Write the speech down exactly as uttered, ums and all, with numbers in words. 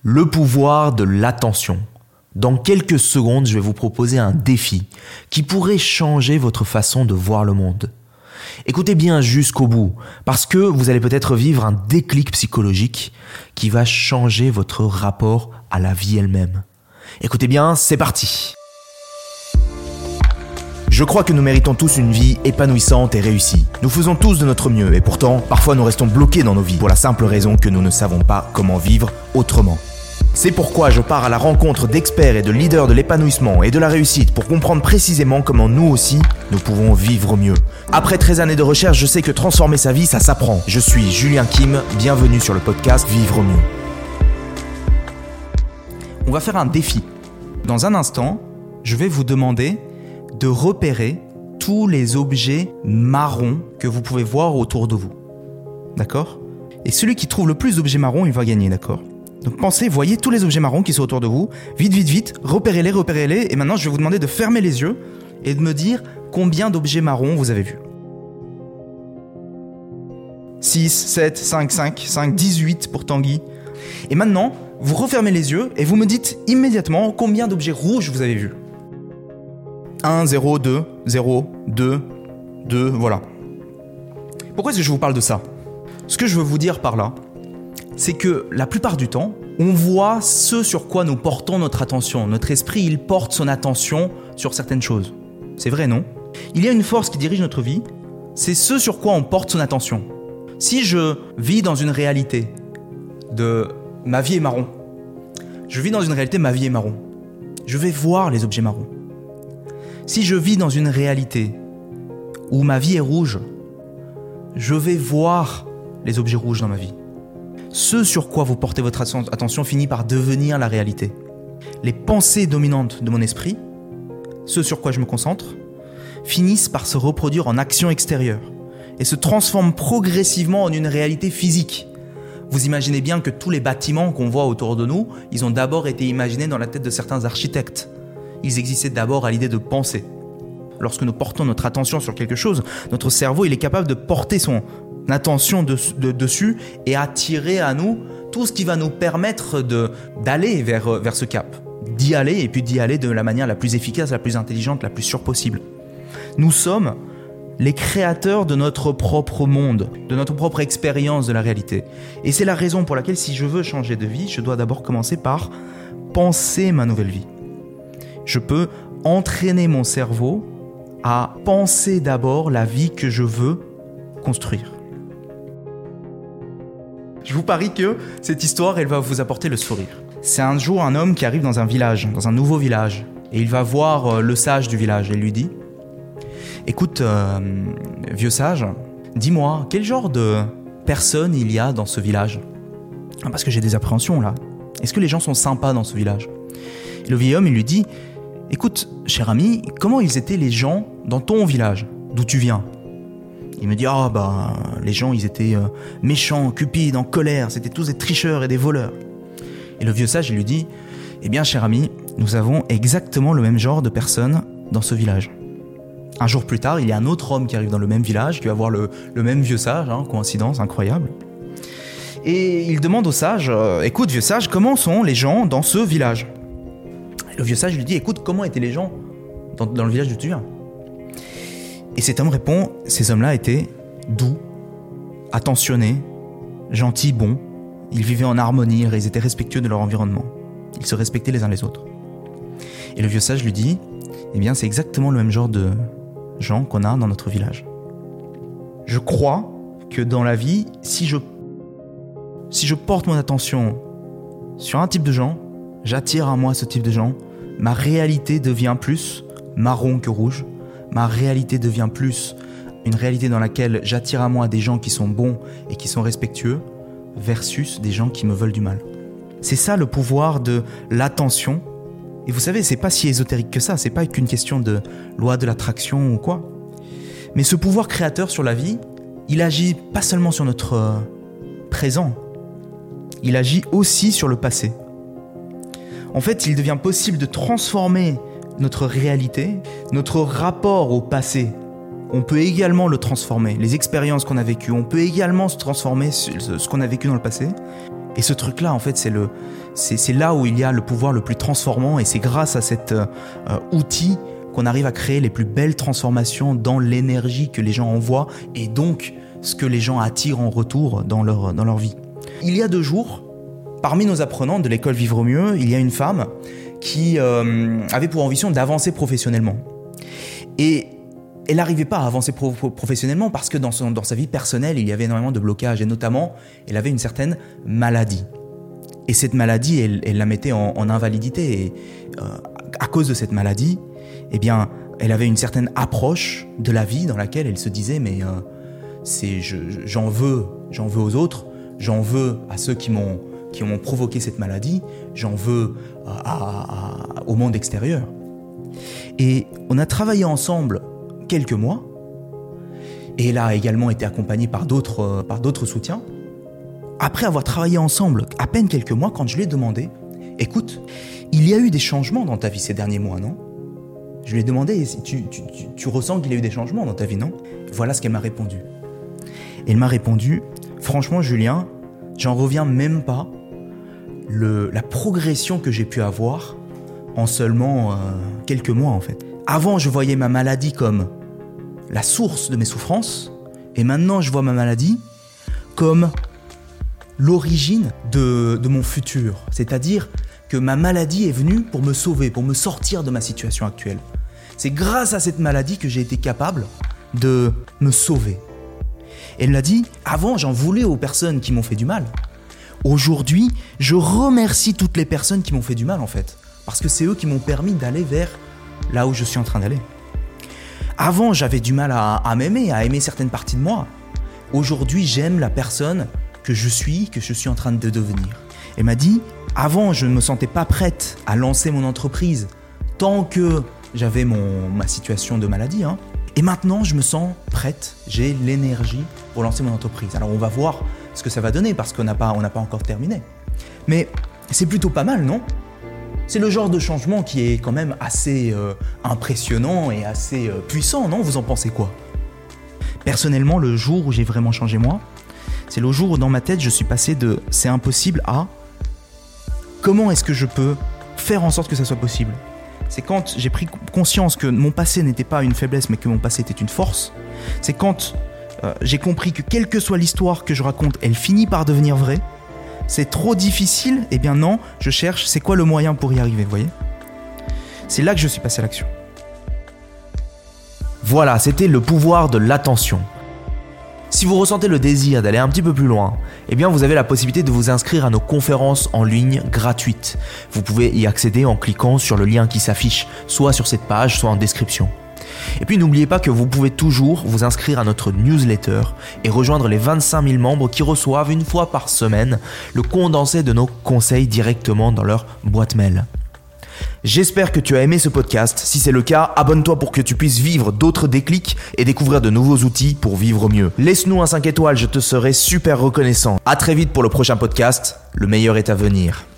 Le pouvoir de l'attention. Dans quelques secondes, je vais vous proposer un défi qui pourrait changer votre façon de voir le monde. Écoutez bien jusqu'au bout, parce que vous allez peut-être vivre un déclic psychologique qui va changer votre rapport à la vie elle-même. Écoutez bien, c'est parti! Je crois que nous méritons tous une vie épanouissante et réussie. Nous faisons tous de notre mieux et pourtant, parfois nous restons bloqués dans nos vies pour la simple raison que nous ne savons pas comment vivre autrement. C'est pourquoi je pars à la rencontre d'experts et de leaders de l'épanouissement et de la réussite pour comprendre précisément comment nous aussi, nous pouvons vivre mieux. Après treize années de recherche, je sais que transformer sa vie, ça s'apprend. Je suis Julien Kim, bienvenue sur le podcast Vivre mieux. On va faire un défi. Dans un instant, je vais vous demander de repérer tous les objets marrons que vous pouvez voir autour de vous. D'accord ? Et celui qui trouve le plus d'objets marrons, il va gagner, d'accord ? Donc pensez, voyez tous les objets marrons qui sont autour de vous. Vite, vite, vite, repérez-les, repérez-les. Et maintenant, je vais vous demander de fermer les yeux et de me dire combien d'objets marrons vous avez vus. six, sept, cinq, cinq, cinq, dix-huit pour Tanguy. Et maintenant, vous refermez les yeux et vous me dites immédiatement combien d'objets rouges vous avez vus. un, zéro, deux, zéro, deux, deux, voilà. Pourquoi est-ce que je vous parle de ça ? Ce que je veux vous dire par là, c'est que la plupart du temps, on voit ce sur quoi nous portons notre attention. Notre esprit, il porte son attention sur certaines choses. C'est vrai, non ? Il y a une force qui dirige notre vie, c'est ce sur quoi on porte son attention. Si je vis dans une réalité de ma vie est marron, je vis dans une réalité ma vie est marron, je vais voir les objets marrons. Si je vis dans une réalité où ma vie est rouge, je vais voir les objets rouges dans ma vie. Ce sur quoi vous portez votre attention finit par devenir la réalité. Les pensées dominantes de mon esprit, ce sur quoi je me concentre, finissent par se reproduire en action extérieure et se transforment progressivement en une réalité physique. Vous imaginez bien que tous les bâtiments qu'on voit autour de nous, ils ont d'abord été imaginés dans la tête de certains architectes. Ils existaient d'abord à l'idée de penser. Lorsque nous portons notre attention sur quelque chose, notre cerveau il est capable de porter son attention de, de, dessus et attirer à nous tout ce qui va nous permettre de, d'aller vers, vers ce cap. D'y aller et puis d'y aller de la manière la plus efficace, la plus intelligente, la plus sûre possible. Nous sommes les créateurs de notre propre monde, de notre propre expérience de la réalité. Et c'est la raison pour laquelle si je veux changer de vie, je dois d'abord commencer par penser ma nouvelle vie. Je peux entraîner mon cerveau à penser d'abord la vie que je veux construire. Je vous parie que cette histoire, elle va vous apporter le sourire. C'est un jour un homme qui arrive dans un village, dans un nouveau village, et il va voir le sage du village et lui dit « Écoute, euh, vieux sage, dis-moi, quel genre de personnes il y a dans ce village ? Parce que j'ai des appréhensions là. Est-ce que les gens sont sympas dans ce village ?» Et le vieil homme, il lui dit « Écoute, cher ami, comment ils étaient les gens dans ton village, d'où tu viens ?» Il me dit « Ah, bah, les gens, ils étaient euh, méchants, cupides, en colère, c'était tous des tricheurs et des voleurs. » Et le vieux sage, il lui dit « Eh bien, cher ami, nous avons exactement le même genre de personnes dans ce village. » Un jour plus tard, il y a un autre homme qui arrive dans le même village, qui va voir le, le même vieux sage, hein, coïncidence incroyable. Et il demande au sage euh, « Écoute, vieux sage, comment sont les gens dans ce village ?» Le vieux sage lui dit « Écoute, comment étaient les gens dans, dans le village d'où tu viens ?» Et cet homme répond « Ces hommes-là étaient doux, attentionnés, gentils, bons. Ils vivaient en harmonie, ils étaient respectueux de leur environnement. Ils se respectaient les uns les autres. » Et le vieux sage lui dit « Eh bien, c'est exactement le même genre de gens qu'on a dans notre village. Je crois que dans la vie, si je, si je porte mon attention sur un type de gens, j'attire à moi ce type de gens, ma réalité devient plus marron que rouge. Ma réalité devient plus une réalité dans laquelle j'attire à moi des gens qui sont bons et qui sont respectueux versus des gens qui me veulent du mal. » C'est ça le pouvoir de l'attention. Et vous savez, c'est pas si ésotérique que ça, c'est pas qu'une question de loi de l'attraction ou quoi. Mais ce pouvoir créateur sur la vie, il agit pas seulement sur notre présent, il agit aussi sur le passé. En fait, il devient possible de transformer notre réalité, notre rapport au passé. On peut également le transformer, les expériences qu'on a vécues, on peut également se transformer ce qu'on a vécu dans le passé. Et ce truc-là, en fait, c'est, le, c'est, c'est là où il y a le pouvoir le plus transformant, et c'est grâce à cet euh, outil qu'on arrive à créer les plus belles transformations dans l'énergie que les gens envoient, et donc ce que les gens attirent en retour dans leur, dans leur vie. Il y a deux jours, parmi nos apprenants de l'école Vivre Mieux, il y a une femme qui euh, avait pour ambition d'avancer professionnellement. Et elle n'arrivait pas à avancer pro- professionnellement parce que dans, son, dans sa vie personnelle, il y avait énormément de blocages. Et notamment, elle avait une certaine maladie. Et cette maladie, elle, elle la mettait en, en invalidité. Et euh, à cause de cette maladie, eh bien, elle avait une certaine approche de la vie dans laquelle elle se disait « mais euh, c'est, je, j'en veux, j'en veux aux autres, j'en veux à ceux qui m'ont, qui m'ont provoqué cette maladie, j'en veux à, à, à, au monde extérieur. » Et on a travaillé ensemble quelques mois, et elle a également été accompagnée par d'autres, euh, par d'autres soutiens. Après avoir travaillé ensemble à peine quelques mois, quand je lui ai demandé « Écoute, il y a eu des changements dans ta vie ces derniers mois, non ?» Je lui ai demandé « tu, tu, tu, tu ressens qu'il y a eu des changements dans ta vie, non ?» Voilà ce qu'elle m'a répondu. Elle m'a répondu « Franchement, Julien, j'en reviens même pas le, la progression que j'ai pu avoir en seulement euh, quelques mois, en fait. Avant, je voyais ma maladie comme la source de mes souffrances, et maintenant, je vois ma maladie comme l'origine de, de mon futur. C'est-à-dire que ma maladie est venue pour me sauver, pour me sortir de ma situation actuelle. C'est grâce à cette maladie que j'ai été capable de me sauver. Elle l'a dit, avant, j'en voulais aux personnes qui m'ont fait du mal. Aujourd'hui, je remercie toutes les personnes qui m'ont fait du mal, en fait. Parce que c'est eux qui m'ont permis d'aller vers là où je suis en train d'aller. Avant, j'avais du mal à, à m'aimer, à aimer certaines parties de moi. Aujourd'hui, j'aime la personne que je suis, que je suis en train de devenir. Elle m'a dit, avant, je ne me sentais pas prête à lancer mon entreprise tant que j'avais mon, ma situation de maladie. Hein. Et maintenant, je me sens prête, j'ai l'énergie pour lancer mon entreprise. Alors, on va voir ce que ça va donner parce qu'on n'a pas, on n'a pas encore terminé. Mais c'est plutôt pas mal, non ? C'est le genre de changement qui est quand même assez euh, impressionnant et assez euh, puissant, non ? Vous en pensez quoi ? Personnellement, le jour où j'ai vraiment changé moi, c'est le jour où dans ma tête, je suis passé de « c'est impossible » à « comment est-ce que je peux faire en sorte que ça soit possible ?» C'est quand j'ai pris conscience que mon passé n'était pas une faiblesse, mais que mon passé était une force. C'est quand euh, j'ai compris que quelle que soit l'histoire que je raconte, elle finit par devenir vraie. C'est trop difficile, eh bien non, je cherche c'est quoi le moyen pour y arriver, vous voyez ? C'est là que je suis passé à l'action. Voilà, c'était le pouvoir de l'attention. Si vous ressentez le désir d'aller un petit peu plus loin, eh bien vous avez la possibilité de vous inscrire à nos conférences en ligne gratuites. Vous pouvez y accéder en cliquant sur le lien qui s'affiche, soit sur cette page, soit en description. Et puis n'oubliez pas que vous pouvez toujours vous inscrire à notre newsletter et rejoindre les vingt-cinq mille membres qui reçoivent une fois par semaine le condensé de nos conseils directement dans leur boîte mail. J'espère que tu as aimé ce podcast. Si c'est le cas, abonne-toi pour que tu puisses vivre d'autres déclics et découvrir de nouveaux outils pour vivre mieux. Laisse-nous un cinq étoiles, je te serai super reconnaissant. À très vite pour le prochain podcast. Le meilleur est à venir.